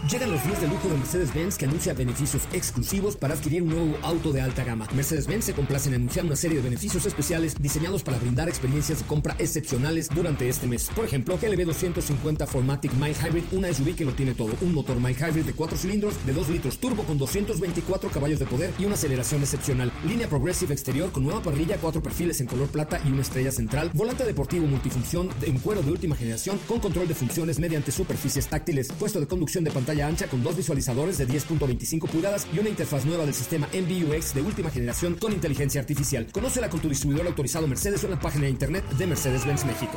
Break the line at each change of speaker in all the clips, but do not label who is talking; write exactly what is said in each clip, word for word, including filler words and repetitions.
Llegan los días de lujo de Mercedes-Benz, que anuncia beneficios exclusivos para adquirir un nuevo auto de alta gama. Mercedes-Benz se complace en anunciar una serie de beneficios especiales diseñados para brindar experiencias de compra excepcionales durante este mes. Por ejemplo, G L B doscientos cincuenta cuatro matic Mild Hybrid, una S U V que lo tiene todo. Un motor Mild Hybrid de cuatro cilindros de dos litros turbo con doscientos veinticuatro caballos de poder y una aceleración excepcional. Línea Progressive exterior con nueva parrilla, cuatro perfiles en color plata y una estrella central. Volante deportivo multifunción en cuero de última generación con control de funciones mediante superficies táctiles. Puesto de conducción de pantalla ancha con dos visualizadores de diez punto veinticinco pulgadas y una interfaz nueva del sistema M B U X de última generación con inteligencia artificial. Conócela con tu distribuidor autorizado Mercedes o en la página de internet de Mercedes-Benz México.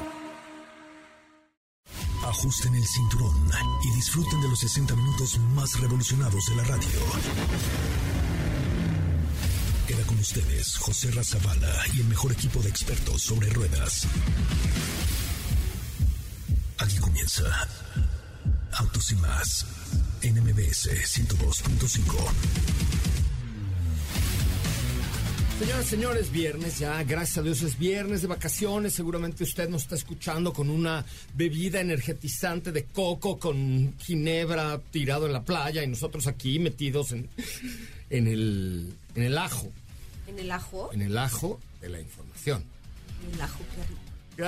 Ajusten el cinturón y disfruten de los sesenta minutos más revolucionados de la radio. Queda con ustedes José Razabala y el mejor equipo de expertos sobre ruedas. Aquí comienza Autos y Más en M B S ciento dos punto cinco.
Señoras y señores, viernes ya, gracias a Dios es viernes de vacaciones. Seguramente usted nos está escuchando con una bebida energetizante de coco con ginebra tirado en la playa y nosotros aquí metidos en, en, el, en el ajo.
¿En el ajo?
En el ajo de la información.
En el ajo, qué rico.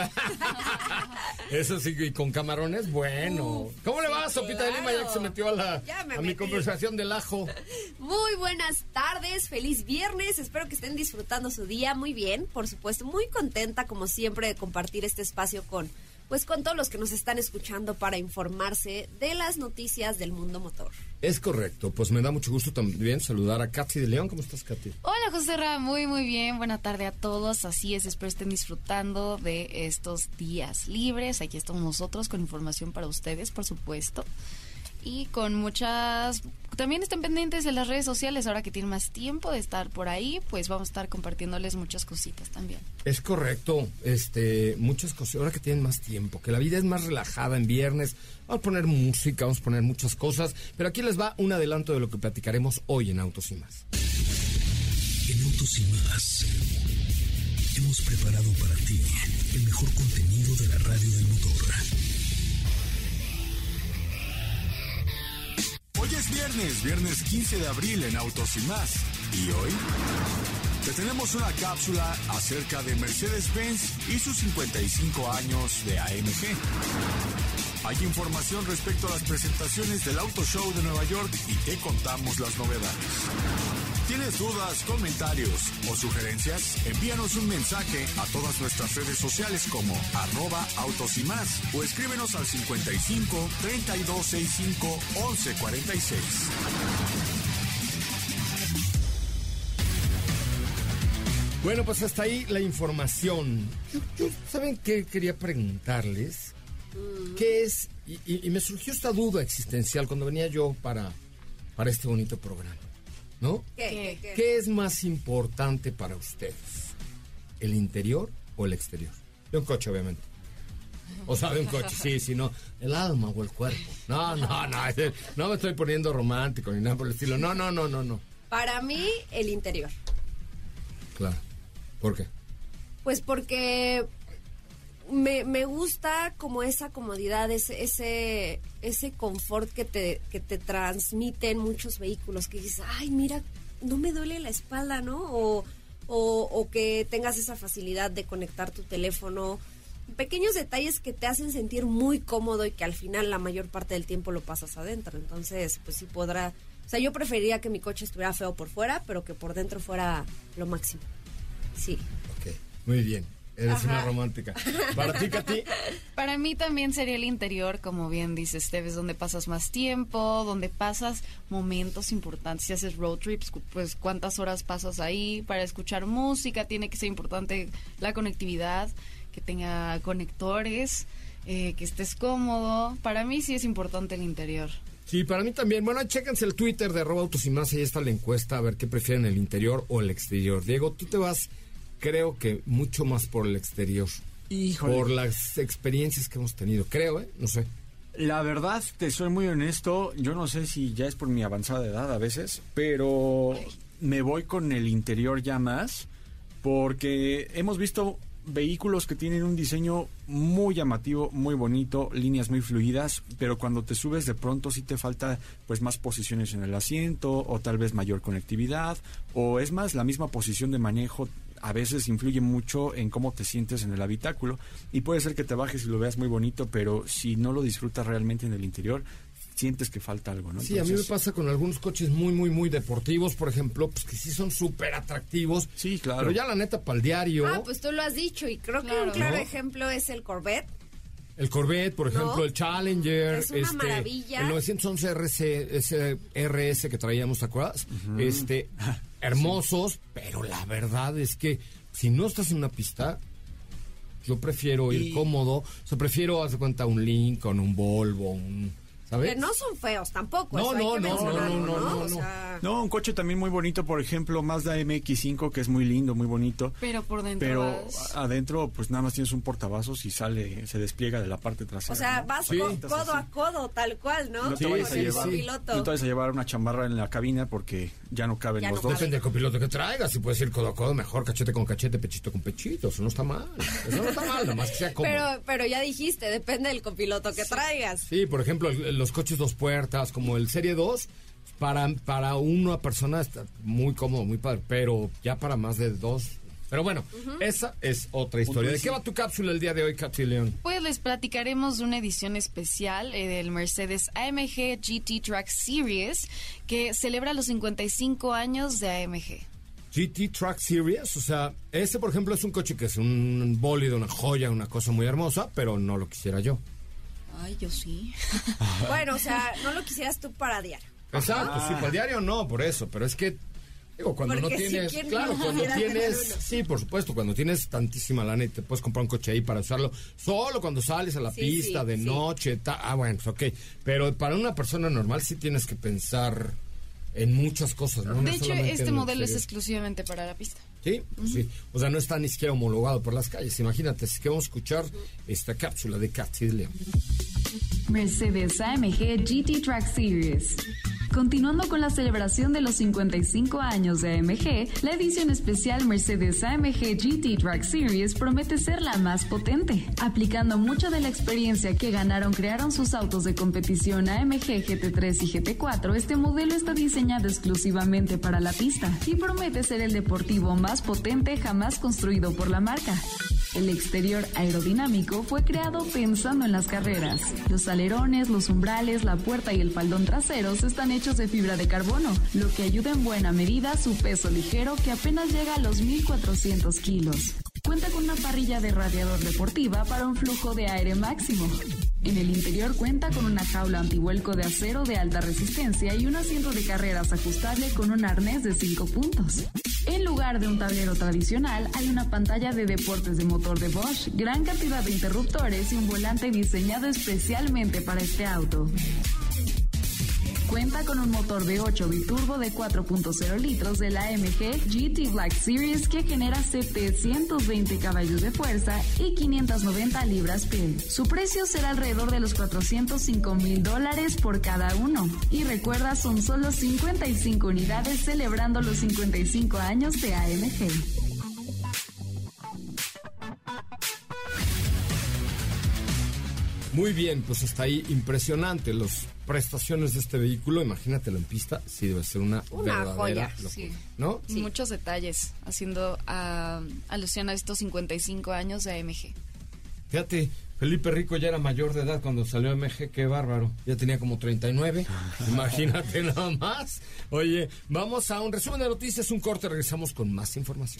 Eso sí, y con camarones, bueno.
Uf,
¿Cómo le va,
sí,
Sopita
claro.
de Lima, ya que se metió a, la, a mi conversación del ajo?
Muy buenas tardes, feliz viernes, espero que estén disfrutando su día muy bien, por supuesto, muy contenta como siempre de compartir este espacio con, pues con todos los que nos están escuchando para informarse de las noticias del mundo motor.
Es correcto, pues me da mucho gusto también saludar a Katy de León. ¿Cómo estás, Katy?
Hola, José Ra, muy muy bien, buena tarde a todos, así es, espero estén disfrutando de estos días libres, aquí estamos nosotros con información para ustedes, por supuesto, y con muchas, también estén pendientes de las redes sociales, ahora que tienen más tiempo de estar por ahí, pues vamos a estar compartiéndoles muchas cositas también.
Es correcto, este, muchas cosas, ahora que tienen más tiempo, que la vida es más relajada en viernes, vamos a poner música, vamos a poner muchas cosas, pero aquí les va un adelanto de lo que platicaremos hoy en Autos y Más.
En Autos y Más hemos preparado para ti el mejor contenido de la radio del motor.
Hoy es viernes, viernes quince de abril en Autos y Más. Y hoy te tenemos una cápsula acerca de Mercedes-Benz y sus cincuenta y cinco años de A M G. Hay información respecto a las presentaciones del Auto Show de Nueva York y te contamos las novedades. ¿Tienes dudas, comentarios o sugerencias? Envíanos un mensaje a todas nuestras redes sociales como arroba autos y más o escríbenos al cincuenta y cinco, treinta y dos sesenta y cinco, once cuarenta y seis.
Bueno, pues hasta ahí la información. Yo, yo, ¿saben qué quería preguntarles? ¿Qué es? Y, y, y me surgió esta duda existencial cuando venía yo para, para este bonito programa, ¿no?
¿Qué, qué, qué?
¿Qué es más importante para ustedes? ¿El interior o el exterior? De un coche, obviamente. O sea, de un coche, sí, sí, no. El alma o el cuerpo. No, no, no. No me estoy poniendo romántico ni nada por el estilo. No, no, no, no, no.
Para mí, el interior.
Claro. ¿Por qué?
Pues porque me, me gusta como esa comodidad, ese, ese, ese confort que te, que te transmiten muchos vehículos, que dices, ay, mira, no me duele la espalda, ¿no? O, o, o que tengas esa facilidad de conectar tu teléfono. Pequeños detalles que te hacen sentir muy cómodo y que al final la mayor parte del tiempo lo pasas adentro. Entonces, pues sí podrá... O sea, yo preferiría que mi coche estuviera feo por fuera, pero que por dentro fuera lo máximo. Sí.
Ok, muy bien. Eres Ajá. una romántica. ¿Para ti, Katy?
Para mí también sería el interior, como bien dice Esteves, donde pasas más tiempo, donde pasas momentos importantes. Si haces road trips, pues cuántas horas pasas ahí para escuchar música. Tiene que ser importante la conectividad, que tenga conectores, eh, que estés cómodo. Para mí sí es importante el interior.
Sí, para mí también. Bueno, chéquense el Twitter de arroba autos y más, ahí está la encuesta, a ver qué prefieren, el interior o el exterior. Diego, tú te vas, creo que mucho más por el exterior.
Híjole.
Por las experiencias que hemos tenido, creo, ¿eh? No sé.
La verdad, te soy muy honesto, yo no sé si ya es por mi avanzada edad a veces, pero me voy con el interior ya más, porque hemos visto vehículos que tienen un diseño muy llamativo, muy bonito, líneas muy fluidas, pero cuando te subes de pronto sí te falta pues más posiciones en el asiento, o tal vez mayor conectividad, o es más, la misma posición de manejo a veces influye mucho en cómo te sientes en el habitáculo, y puede ser que te bajes y lo veas muy bonito, pero si no lo disfrutas realmente en el interior, sientes que falta algo, ¿no?
Sí,
Entonces,
a mí me pasa con algunos coches muy, muy, muy deportivos, por ejemplo, pues que sí son súper atractivos.
Sí, claro.
Pero ya la neta, para el diario...
Ah, pues tú lo has dicho, y creo que
Claro.
un claro
¿No?
ejemplo es el Corvette.
El Corvette, por ejemplo,
¿No?
el Challenger,
Es una
este,
maravilla.
el novecientos once R C, ese R S que traíamos, ¿te acuerdas? Este, hermosos, pero la verdad es que si no estás en una pista, yo prefiero ir
Y-
cómodo, o sea, prefiero, haz de cuenta, un Lincoln, un Volvo, un, ¿sabes?
Que no son feos tampoco.
No,
eso hay
no,
que
no,
mencionarlo,
no, no, no,
O
no.
sea,
no, un coche también muy bonito, por ejemplo, Mazda M X cinco, que es muy lindo, muy bonito.
Pero por dentro
Pero
vas-
adentro, pues nada más tienes un portavasos y sale, se despliega de la parte trasera.
o sea,
¿no?
vas
Sí.
co- codo a codo, tal cual, ¿no?
No te
Sí,
vayas
Con
a
el
llevar,
copiloto.
no te vayas a llevar una chamarra en la cabina porque ya no caben
Ya
los
no
dos.
caben.
Depende del copiloto que traigas, si puedes ir codo a codo, mejor cachete con cachete, pechito con pechito, eso no está mal, eso no está mal, nada más que sea cómodo.
Pero, pero ya dijiste, depende del copiloto que traigas.
Sí, por ejemplo, el- los coches dos puertas, como el Serie dos, para, para una persona está muy cómodo, muy padre, pero ya para más de dos... Pero bueno, esa es otra historia. ¿De qué va tu cápsula el día de hoy, Katy León?
Pues les platicaremos de una edición especial eh, del Mercedes A M G G T Track Series que celebra los cincuenta y cinco años de A M G.
G T Track Series, o sea, este por ejemplo es un coche que es un bólido, una joya, una cosa muy hermosa, pero no lo quisiera yo.
Ay, yo sí.
Bueno, o sea, no lo quisieras tú para diario.
Exacto, sí, para el diario no, por eso, pero es que, digo, cuando
Porque
no
si
tienes,
quién
claro,
no
cuando
quisiera tener
tienes,
uno.
sí, por supuesto, cuando tienes tantísima lana y te puedes comprar un coche ahí para usarlo, solo cuando sales a la
Sí,
pista
sí,
de
sí.
noche, ta- ah, bueno, pues ok, pero para una persona normal sí tienes que pensar en muchas cosas, ¿no? No
De hecho,
solamente
este
en lo
modelo es
exterior.
exclusivamente para la pista.
Sí, pues sí. O sea, no está ni siquiera homologado por las calles. Imagínate, así que vamos a escuchar esta cápsula de Katy León.
Mercedes A M G G T Track Series. Continuando con la celebración de los cincuenta y cinco años de A M G, la edición especial Mercedes A M G G T Track Series promete ser la más potente. Aplicando mucha de la experiencia que ganaron crearon sus autos de competición A M G G T tres y G T cuatro, este modelo está diseñado exclusivamente para la pista y promete ser el deportivo más potente jamás construido por la marca. El exterior aerodinámico fue creado pensando en las carreras. Los alerones, los umbrales, la puerta y el faldón traseros están hechos de fibra de carbono, lo que ayuda en buena medida su peso ligero que apenas llega a los mil cuatrocientos kilos. Cuenta con una parrilla de radiador deportiva para un flujo de aire máximo. En el interior cuenta con una jaula antivuelco de acero de alta resistencia y un asiento de carreras ajustable con un arnés de cinco puntos. En lugar de un tablero tradicional, hay una pantalla de deportes de motor de Bosch, gran cantidad de interruptores y un volante diseñado especialmente para este auto. Cuenta con un motor V ocho biturbo de cuatro punto cero litros de la A M G G T Black Series que genera setecientos veinte caballos de fuerza y quinientas noventa libras-pie. Su precio será alrededor de los cuatrocientos cinco mil dólares por cada uno. Y recuerda, son solo cincuenta y cinco unidades celebrando los cincuenta y cinco años de A M G.
Muy bien, pues hasta ahí impresionante las prestaciones de este vehículo. Imagínatelo en pista, sí debe ser una,
Una
verdadera
joya,
locura,
sí.
¿no?
Muchos detalles haciendo ah, alusión a estos cincuenta y cinco años de A M G.
Fíjate, Felipe Rico ya era mayor de edad cuando salió M G, qué bárbaro. Ya tenía como treinta y nueve. Imagínate nada más. Oye, vamos a un resumen de noticias, un corte, regresamos con más información.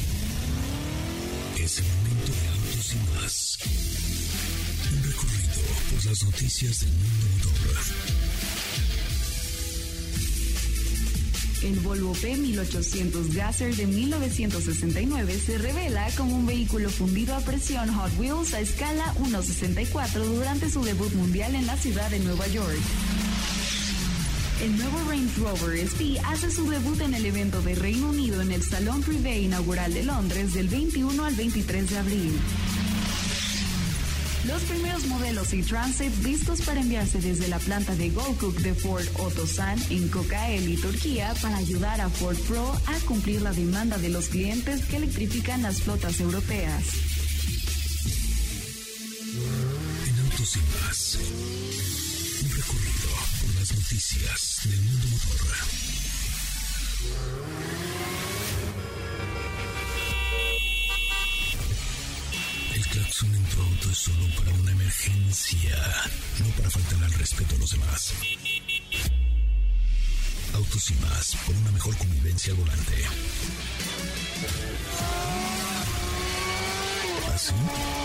Es el momento de Autos y Más. Un recorrido por las noticias del mundo motor.
El Volvo P mil ochocientos Gasser de mil novecientos sesenta y nueve se revela como un vehículo fundido a presión Hot Wheels a escala uno sesenta y cuatro durante su debut mundial en la ciudad de Nueva York. El nuevo Range Rover S P hace su debut en el evento de Reino Unido en el Salón Privé inaugural de Londres del veintiuno al veintitrés de abril. Los primeros modelos e-Transit listos para enviarse desde la planta de Gölkük de Ford Otosan en Kocaeli, Turquía, para ayudar a Ford Pro a cumplir la demanda de los clientes que electrifican las flotas europeas.
Autos y Más. Un recorrido por las noticias del mundo motor. El claxon en tu auto es solo para una emergencia, no para faltar al respeto a los demás. Autos y Más, por una mejor convivencia al volante. ¿Así?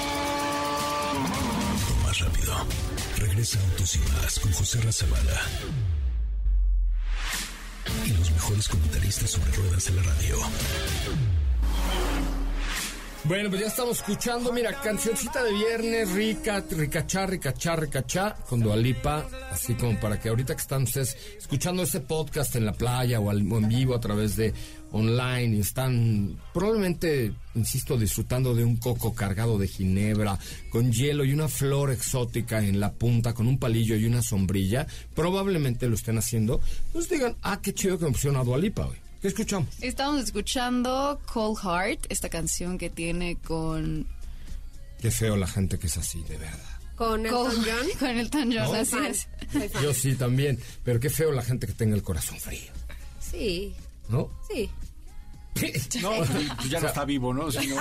O más rápido. Regresa Autos y Más con José Razabala y los mejores comentaristas sobre ruedas de la radio.
Bueno, pues ya estamos escuchando, mira, cancioncita de viernes, rica, ricachá, ricachá, ricachá, con Dua Lipa, así como para que ahorita que están ustedes escuchando este podcast en la playa o, al, o en vivo a través de online, y están probablemente, insisto, disfrutando de un coco cargado de ginebra, con hielo y una flor exótica en la punta, con un palillo y una sombrilla, probablemente lo estén haciendo, pues digan, ah, qué chido que me pusieron a Dua Lipa, güey. ¿Qué escuchamos?
Estamos escuchando Cold Heart, esta canción que tiene con...
Qué feo la gente que es así, de verdad.
Con Elton
con,
John.
Con Elton John,
Soy
así
fan.
es.
Soy fan.
Yo sí también, pero qué feo la gente que tenga el corazón frío,
Sí,
¿no?
sí.
No, pues ya no está vivo, ¿no? Si no-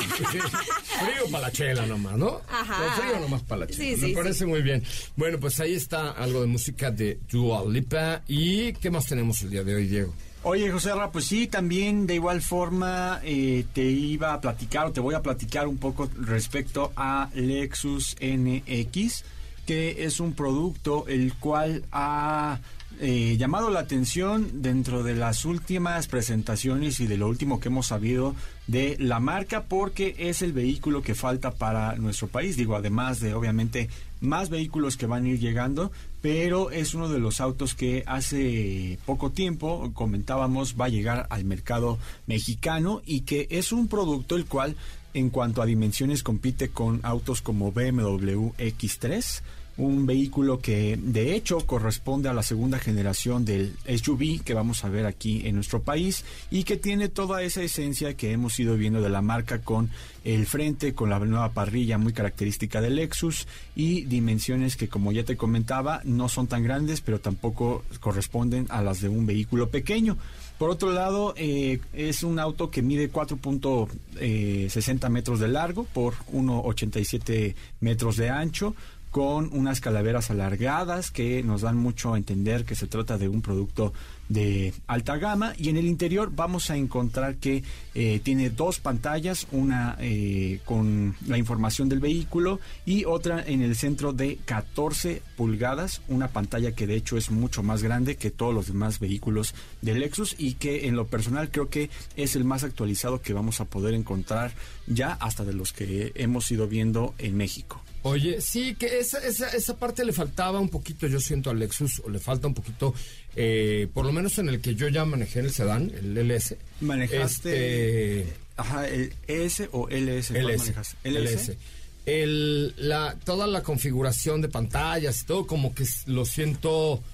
Frío para la chela nomás, ¿no?
Ajá.
No, frío nomás para la chela.
Sí,
Me
sí,
parece
sí.
muy bien. Bueno, pues ahí está algo de música de Dua Lipa. ¿Y qué más tenemos el día de hoy, Diego?
Oye, José Ra, pues sí, también de igual forma eh, te iba a platicar o te voy a platicar un poco respecto a Lexus N X, que es un producto el cual ha eh, llamado la atención dentro de las últimas presentaciones y de lo último que hemos sabido de la marca, porque es el vehículo que falta para nuestro país. Digo, además de obviamente más vehículos que van a ir llegando, pero es uno de los autos que hace poco tiempo comentábamos va a llegar al mercado mexicano y que es un producto el cual en cuanto a dimensiones compite con autos como B M W X tres, un vehículo que de hecho corresponde a la segunda generación del S U V que vamos a ver aquí en nuestro país y que tiene toda esa esencia que hemos ido viendo de la marca, con el frente, con la nueva parrilla muy característica de Lexus y dimensiones que, como ya te comentaba, no son tan grandes pero tampoco corresponden a las de un vehículo pequeño. Por otro lado, eh, es un auto que mide cuatro punto sesenta metros de largo por uno punto ochenta y siete metros de ancho, con unas calaveras alargadas que nos dan mucho a entender que se trata de un producto de alta gama. Y en el interior vamos a encontrar que eh, tiene dos pantallas, una eh, con la información del vehículo y otra en el centro de catorce pulgadas, una pantalla que de hecho es mucho más grande que todos los demás vehículos de Lexus y que en lo personal creo que es el más actualizado que vamos a poder encontrar ya hasta de los que hemos ido viendo en México.
Oye, sí, que esa, esa, esa parte le faltaba un poquito, yo siento, a Lexus, o le falta un poquito, eh, por lo menos en el que yo ya manejé en el sedán, el L S.
¿Manejaste?
Este,
Ajá, ¿el E S o L S? ¿Cuál
L S.
manejas?
L S. El, la, toda la configuración de pantallas y todo, como que lo siento un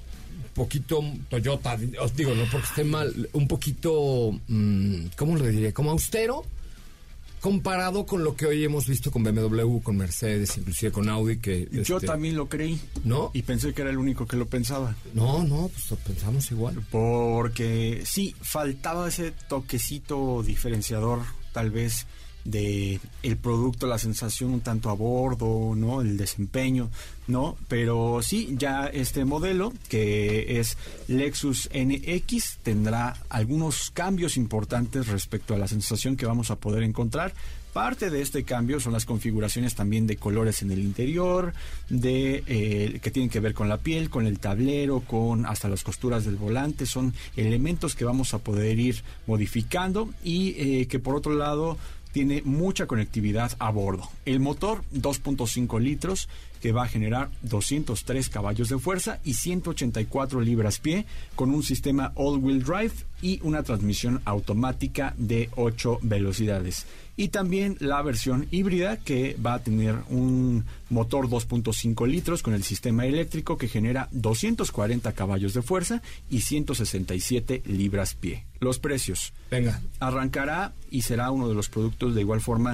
poquito Toyota, os digo, no porque esté mal, un poquito, mmm, ¿cómo le diría? Como austero, comparado con lo que hoy hemos visto con B M W, con Mercedes, inclusive con Audi, que...
Yo
este,
también lo creí.
¿No?
Y pensé que era el único que lo pensaba.
No, no, pues lo pensamos igual.
Porque sí, faltaba ese toquecito diferenciador, tal vez, de el producto, la sensación un tanto a bordo, ¿no? El desempeño, ¿no? Pero sí, ya este modelo, que es Lexus N X, tendrá algunos cambios importantes respecto a la sensación que vamos a poder encontrar. Parte de este cambio son las configuraciones también de colores en el interior, de eh, que tienen que ver con la piel, con el tablero, con hasta las costuras del volante. Son elementos que vamos a poder ir modificando y eh, que por otro lado tiene mucha conectividad a bordo. El motor, dos punto cinco litros, que va a generar doscientos tres caballos de fuerza y ciento ochenta y cuatro libras-pie, con un sistema all-wheel drive y una transmisión automática de ocho velocidades. Y también la versión híbrida, que va a tener un motor dos punto cinco litros con el sistema eléctrico que genera doscientos cuarenta caballos de fuerza y ciento sesenta y siete libras-pie. Los precios.
Venga.
Arrancará y será uno de los productos de igual forma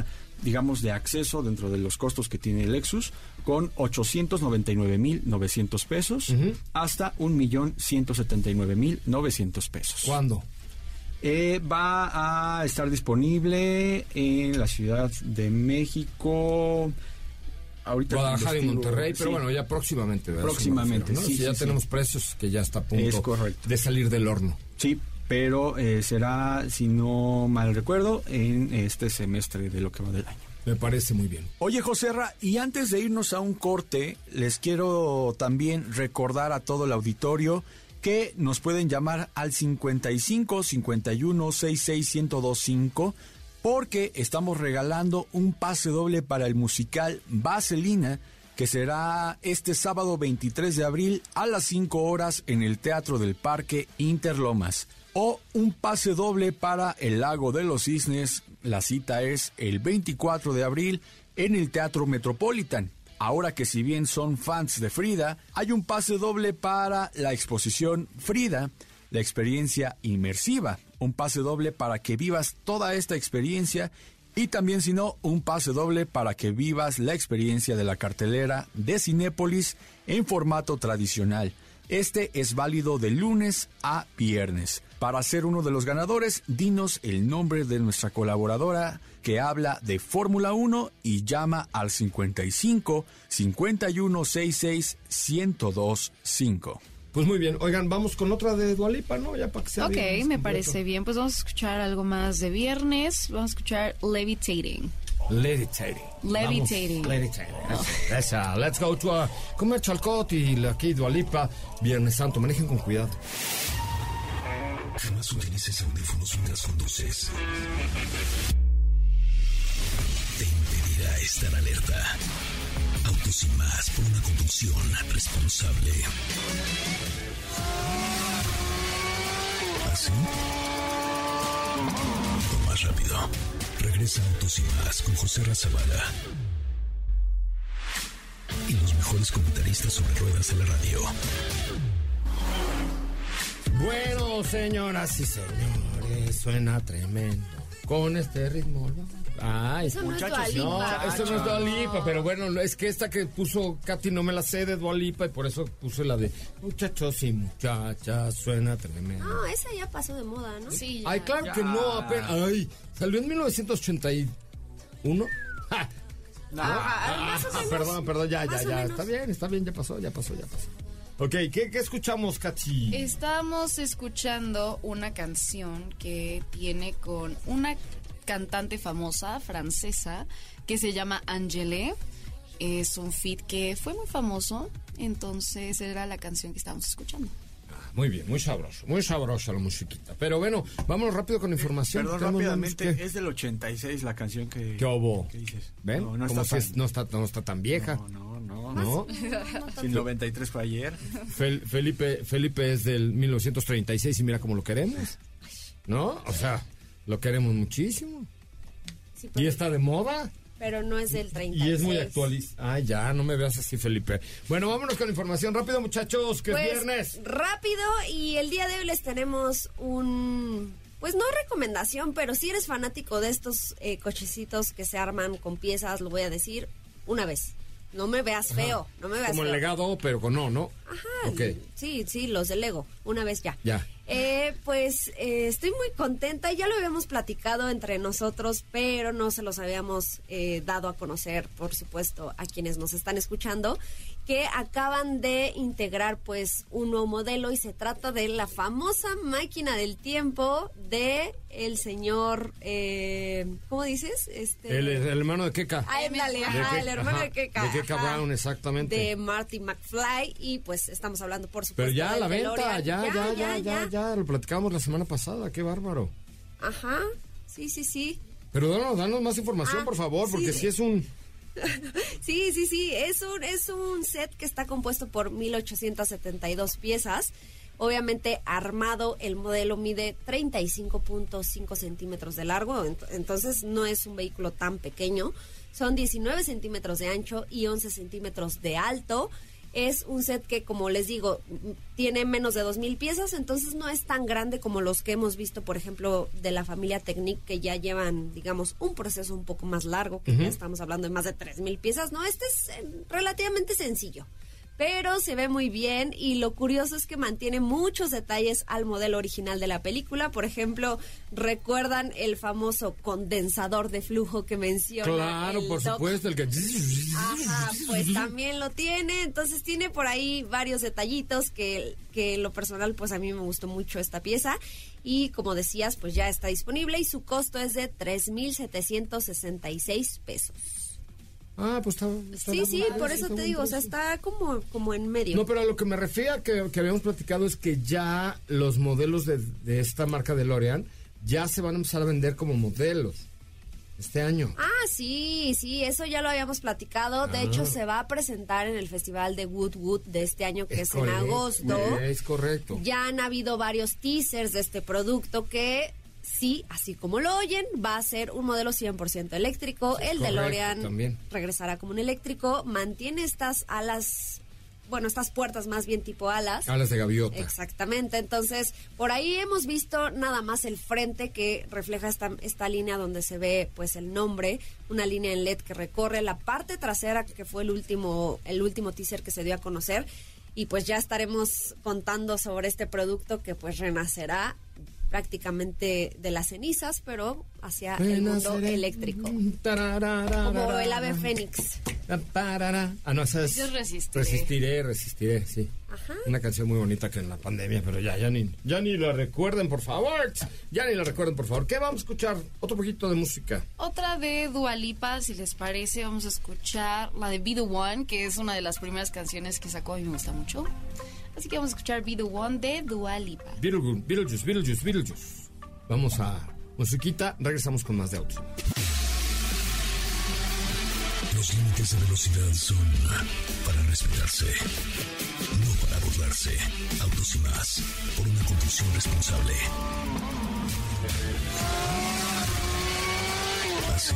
digamos, de acceso dentro de los costos que tiene el Lexus, con ochocientos noventa y nueve mil novecientos pesos uh-huh. hasta un millón ciento setenta y nueve mil novecientos pesos.
¿Cuándo?
Eh, va a estar disponible en la Ciudad de México, ahorita
Guadalajara y Monterrey, pero sí. bueno, ya próximamente.
Próximamente,
refiero, ¿no?
sí,
Si
sí,
ya
sí.
tenemos precios que ya está a punto
es correcto.
de salir del horno.
Sí, pero eh, será, si no mal recuerdo, en este semestre de lo que va del año.
Me parece muy bien.
Oye, Joserra, y antes de irnos a un corte, les quiero también recordar a todo el auditorio que nos pueden llamar al cincuenta y cinco, cincuenta y uno, sesenta y seis, ciento veinticinco, porque estamos regalando un pase doble para el musical Vaselina, que será este sábado veintitrés de abril a las cinco horas en el Teatro del Parque Interlomas. O un pase doble para El Lago de los Cisnes, la cita es el veinticuatro de abril en el Teatro Metropolitan. Ahora que si bien son fans de Frida, hay un pase doble para la exposición Frida, la experiencia inmersiva. Un pase doble para que vivas toda esta experiencia y también, si no, un pase doble para que vivas la experiencia de la cartelera de Cinépolis en formato tradicional. Este es válido de lunes a viernes. Para ser uno de los ganadores, dinos el nombre de nuestra colaboradora que habla de Fórmula uno y llama al cincuenta y cinco, cincuenta y uno, sesenta y seis, ciento veinticinco.
Pues muy bien. Oigan, vamos con otra de Dua Lipa, ¿no? Ya para que sea
Ok,
bien,
me
completo.
parece bien. Pues vamos a escuchar algo más de viernes. Vamos a escuchar Levitating.
Levitating.
Levitating.
Vamos, levitating. Esa, esa. Let's go to a Commercial Cut y aquí Dua Lipa. Viernes Santo. Manejen con cuidado.
Jamás utilices audífonos mientras conduces. Te impedirá estar alerta. Autos y más por una conducción responsable. ¿Así? O más rápido. Regresa Autos y más con José Razabala. Y los mejores comentaristas sobre ruedas de la radio.
Bueno, señoras y señores, suena tremendo. Con este ritmo, ¿no? Ay,
Eso no es Dua Lipa.
no, esto no es Dua Lipa, pero bueno, es que esta que puso Katy no me la sé de Dua Lipa y por eso puse la de muchachos y muchachas, suena tremendo.
No, esa ya pasó de moda, ¿no?
Sí, ya.
Ay, claro que no, apenas, ay, salió en mil novecientos ochenta y uno. ¡Ja!
Ah, ah, más o
Ah,
menos.
perdón, perdón, ya, ya,
Más o
ya,
menos.
está bien, está bien, ya pasó, ya pasó, ya pasó. Ok, ¿qué, qué escuchamos, Katy?
Estamos escuchando una canción que tiene con una cantante famosa francesa que se llama Angèle. Es un feat que fue muy famoso, entonces era la canción que estábamos escuchando.
Muy bien, muy sabroso, muy sabrosa la musiquita. Pero bueno, vámonos rápido con la información.
Perdón,
Tenemos
rápidamente,
más que-
es del ochenta y seis la canción que...
¿Qué hubo?
¿Qué dices?
¿Ven?
No, no
Como
está
si
tan...
es- no, está, no está tan vieja.
No, no, no.
¿No?
Si el noventa y tres fue ayer.
Fel- Felipe, Felipe es del mil novecientos treinta y seis y mira cómo lo queremos. ¿No? O sea, lo queremos muchísimo.
Sí,
Y
pero,
está de moda.
pero no es del treinta y seis.
Y es muy actualizado. Ay, ya, no me veas así, Felipe. Bueno, vámonos con la información. Rápido, muchachos, que
Pues,
es viernes.
rápido, y el día de hoy les tenemos un... Pues no recomendación, pero si eres fanático de estos eh, cochecitos que se arman con piezas, lo voy a decir una vez. No me veas feo, no me veas
Como
feo.
el legado, pero con no, ¿no?
Ajá,
Ok.
sí, sí, los de Lego, una vez ya.
Ya.
Eh, pues eh, estoy muy contenta, ya lo habíamos platicado entre nosotros, pero no se los habíamos eh, dado a conocer, por supuesto, a quienes nos están escuchando, que acaban de integrar pues un nuevo modelo y se trata de la famosa máquina del tiempo de el señor, eh, ¿cómo dices? Este,
El, el hermano de Keka.
Ah, ándale,
De
ajá,
Ke-
el hermano
ajá,
de Keka.
de Keka
ajá,
Brown, exactamente.
De Marty McFly, y pues estamos hablando, por supuesto,
Pero ya a
del
la venta,
DeLorean.
ya, ya, ya, ya, ya, lo platicamos la semana pasada, qué bárbaro.
Ajá, sí, sí, sí.
Pero danos, danos más información,
Ah,
por favor, porque
sí.
si es un...
Sí, sí, sí, es un, es un set que está compuesto por mil ochocientas setenta y dos piezas. Obviamente armado, el modelo mide treinta y cinco punto cinco centímetros de largo, ent- entonces no es un vehículo tan pequeño. Son diecinueve centímetros de ancho y once centímetros de alto. Es un set que, como les digo, tiene menos de dos mil piezas, entonces no es tan grande como los que hemos visto, por ejemplo, de la familia Technic, que ya llevan, digamos, un proceso un poco más largo, que uh-huh. ya estamos hablando de más de tres mil piezas. No, este es eh, relativamente sencillo, pero se ve muy bien, y lo curioso es que mantiene muchos detalles al modelo original de la película. Por ejemplo, ¿recuerdan el famoso condensador de flujo que menciona?
Claro,
el
por
doc?
supuesto, el que...
Ajá, pues también lo tiene. Entonces tiene por ahí varios detallitos que, que en lo personal, pues a mí me gustó mucho esta pieza. Y como decías, pues ya está disponible y su costo es de tres mil setecientos sesenta y seis pesos.
Ah, pues está... está
sí, sí,
precio,
por eso te digo, o sea, está como, como en medio.
No, pero a lo que me refiero que, que habíamos platicado es que ya los modelos de, de esta marca DeLorean ya se van a empezar a vender como modelos este año.
Ah, sí, sí, eso ya lo habíamos platicado. De ah. hecho, se va a presentar en el Festival de Woodwood de este año, que es, es en agosto.
Es correcto.
Ya han habido varios teasers de este producto que... Sí, así como lo oyen, va a ser un modelo cien por ciento eléctrico. El correcto, DeLorean también regresará como un eléctrico. Mantiene estas alas, bueno, estas puertas más bien tipo alas.
Alas de gaviota.
Exactamente. Entonces, por ahí hemos visto nada más el frente, que refleja esta, esta línea donde se ve pues el nombre, una línea en L E D que recorre la parte trasera, que fue el último, el último teaser que se dio a conocer. Y pues ya estaremos contando sobre este producto que pues renacerá prácticamente de las cenizas, pero hacia el mundo eléctrico. Como el ave fénix.
Ah, no, esa es...
Yo resistiré.
Resistiré, resistiré, sí.
Ajá.
Una canción muy bonita que en la pandemia, pero ya, ya ni, ya ni la recuerden, por favor. Ya ni la recuerden, por favor. ¿Qué vamos a escuchar? Otro poquito de música.
Otra de Dua Lipa, si les parece, vamos a escuchar la de Be The One, que es una de las primeras canciones que sacó y me gusta mucho. Así que vamos a escuchar Be The One de Dua Lipa.
Beetlejuice, Beetlejuice, Beetlejuice, Beetlejuice. Vamos a musiquita, regresamos con más de autos.
Los límites de velocidad son para respetarse, no para burlarse. Autos y más, por una conducción responsable. ¿Así?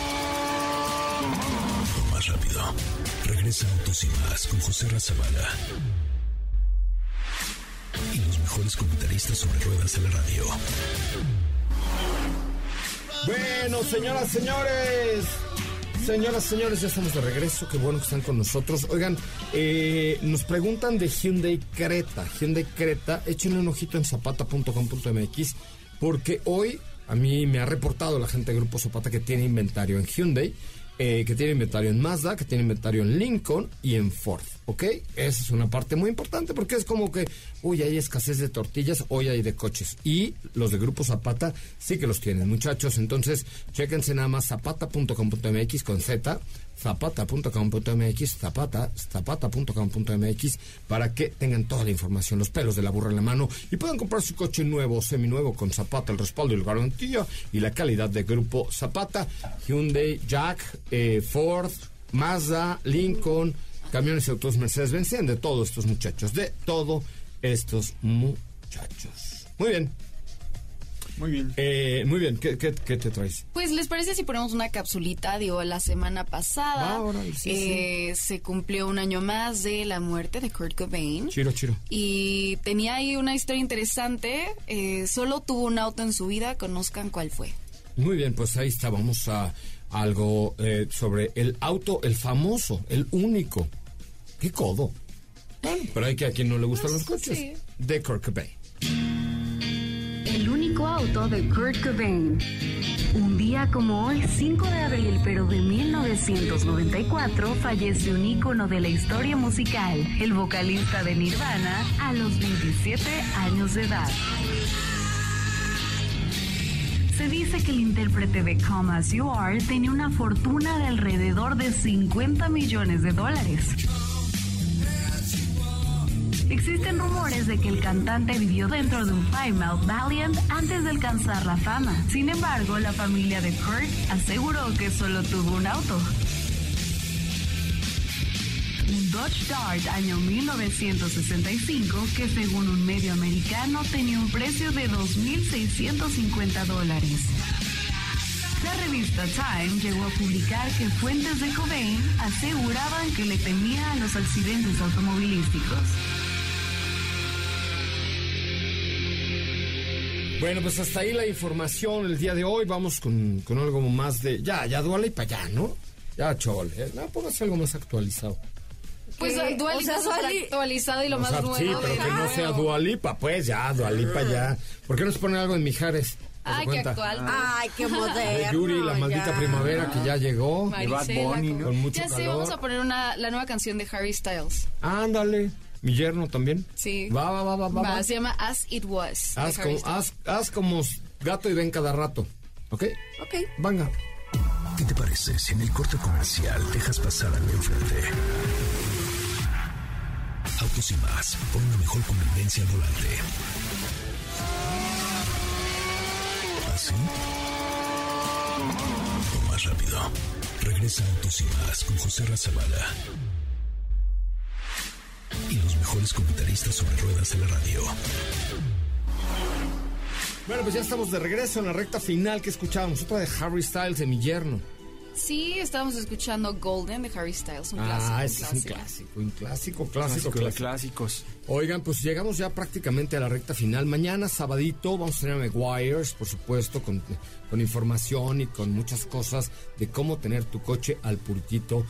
O más rápido. Regresa Autos y más con José Razabala y los mejores comentaristas sobre ruedas de la radio.
Bueno, señoras, señores, señoras, señores, ya estamos de regreso. Qué bueno que están con nosotros. Oigan, eh, nos preguntan de Hyundai Creta. Hyundai Creta, échenle un ojito en zapata punto com punto m x, porque hoy a mí me ha reportado la gente de Grupo Zapata que tiene inventario en Hyundai, eh, que tiene inventario en Mazda, que tiene inventario en Lincoln y en Ford, ¿ok? Esa es una parte muy importante, porque es como que, uy, hay escasez de tortillas, hoy hay de coches. Y los de Grupo Zapata sí que los tienen, muchachos. Entonces, chéquense nada más zapata punto com punto m x con Z, zapata punto com punto m x, zapata, zapata punto com punto m x, para que tengan toda la información, los pelos de la burra en la mano, y puedan comprar su coche nuevo o seminuevo con Zapata, el respaldo y la garantía y la calidad de Grupo Zapata. Hyundai, Jack, eh, Ford, Mazda, Lincoln, camiones y autos Mercedes-Benz, de todos estos muchachos, de todos estos muchachos. Muy bien.
Muy bien.
Eh, muy bien, ¿Qué, qué, ¿qué te traes?
Pues, ¿les parece si ponemos una capsulita? Digo, la semana pasada
ah, sí,
eh,
sí.
se cumplió un año más de la muerte de Kurt Cobain.
Chiro, chiro.
Y tenía ahí una historia interesante. Eh, solo tuvo un auto en su vida, conozcan cuál fue.
Muy bien, pues ahí está, vamos a algo eh, sobre el auto, el famoso, el único. ¡Qué codo! Bueno, pero hay que a quien no le gustan
pues,
los coches.
Sí.
De Kurt Cobain.
El único auto de Kurt Cobain. Un día como hoy, cinco de abril, pero de mil novecientos noventa y cuatro, fallece un ícono de la historia musical, el vocalista de Nirvana, a los veintisiete años de edad. Se dice que el intérprete de Come As You Are tenía una fortuna de alrededor de cincuenta millones de dólares. Existen rumores de que el cantante vivió dentro de un Plymouth Valiant antes de alcanzar la fama. Sin embargo, la familia de Kurt aseguró que solo tuvo un auto. Un Dodge Dart año mil novecientos sesenta y cinco que según un medio americano tenía un precio de dos mil seiscientos cincuenta dólares. La revista Time llegó a publicar que fuentes de Cobain aseguraban que le temía a los accidentes automovilísticos.
Bueno, pues hasta ahí la información el día de hoy. Vamos con, con algo más de... Ya, ya, Dua Lipa, ya, ¿no? Ya, chole. ¿eh? No, póngase algo más actualizado.
Pues Dua Lipa
O sea,
es súper
Dua Li-
actualizado y lo
O
más
sea,
nuevo.
sí, pero que no sea Dua Lipa, pues ya, Dua Lipa ya. ¿Por qué no se pone algo en Mijares?
Ay, qué actual.
Ay, qué moderno.
De Yuri, la maldita
ya.
primavera que ya llegó.
Marisela,
Bunny,
con-
¿no?
Con mucho
ya sé,
calor.
vamos a poner una, la nueva canción de Harry Styles.
Ándale. Mi yerno también.
Sí.
Va, va, va, va, va.
Va,
va.
se llama As It Was. de
Haz,
Harry
como,
Styles.
haz, haz como gato y ven cada rato. ¿Ok?
Ok.
Venga.
¿Qué te parece si en el corte comercial dejas pasar al de enfrente? Autos y más, por una mejor convivencia al volante. ¿Así? O más rápido. Regresa Autos y más con José Razabala. Y los mejores comentaristas sobre ruedas de la radio.
Bueno, pues ya estamos de regreso en la recta final que escuchábamos. Otra de Harry Styles, de mi yerno.
Sí, estábamos escuchando Golden de Harry Styles, un clásico.
Ah,
un
ese es un
clásico.
clásico, un clásico, clásico,
Clásico de
clásico.
clásicos.
Oigan, pues llegamos ya prácticamente a la recta final. Mañana, sabadito, vamos a tener a Meguiar's, por supuesto, con, con información y con muchas cosas de cómo tener tu coche al puritito.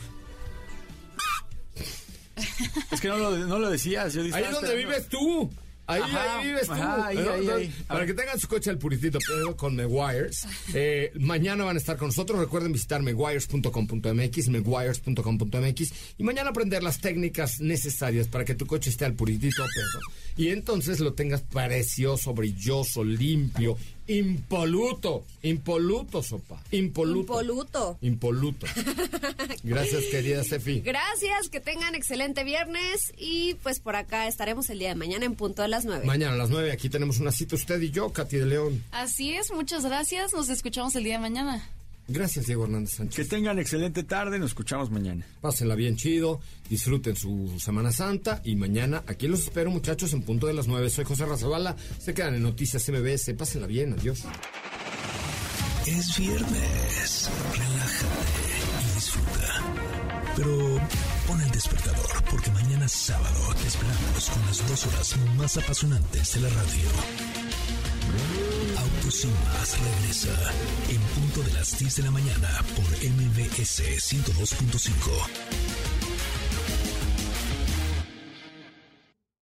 Es que no lo, no lo decías. Yo
Ahí
estaba
es donde
esperando.
vives tú. Ahí,
Ajá,
ahí vives tú.
ajá, ahí,
¿no?
ahí,
Entonces,
ahí.
Para que tengan su coche al puritito, pero con Meguiar's. Eh, mañana van a estar con nosotros. Recuerden visitar meguiars punto com punto m x, meguiars punto com punto m x, y mañana aprender las técnicas necesarias para que tu coche esté al puritito, pero y entonces lo tengas precioso, brilloso, limpio, impoluto. Impoluto, sopa. Impoluto.
Impoluto.
Impoluto. Gracias, querida Sefi.
Gracias, que tengan excelente viernes y pues por acá estaremos el día de mañana en punto de las nueve.
Mañana a las nueve aquí tenemos una cita usted y yo, Katy de León.
Así es, muchas gracias. Nos escuchamos el día de mañana.
Gracias, Diego Hernández Sánchez.
Que tengan excelente tarde. Nos escuchamos mañana.
Pásenla bien chido, disfruten su Semana Santa y mañana aquí los espero, muchachos, en punto de las nueve. Soy José Razabala, se quedan en Noticias M B S. Pásenla bien, adiós.
Es viernes. Relájate y disfruta. Pero pon el despertador, porque mañana sábado te esperamos con las dos horas más apasionantes de la radio. Autos y más regresa en punto de las diez de la mañana por M B S ciento dos punto cinco.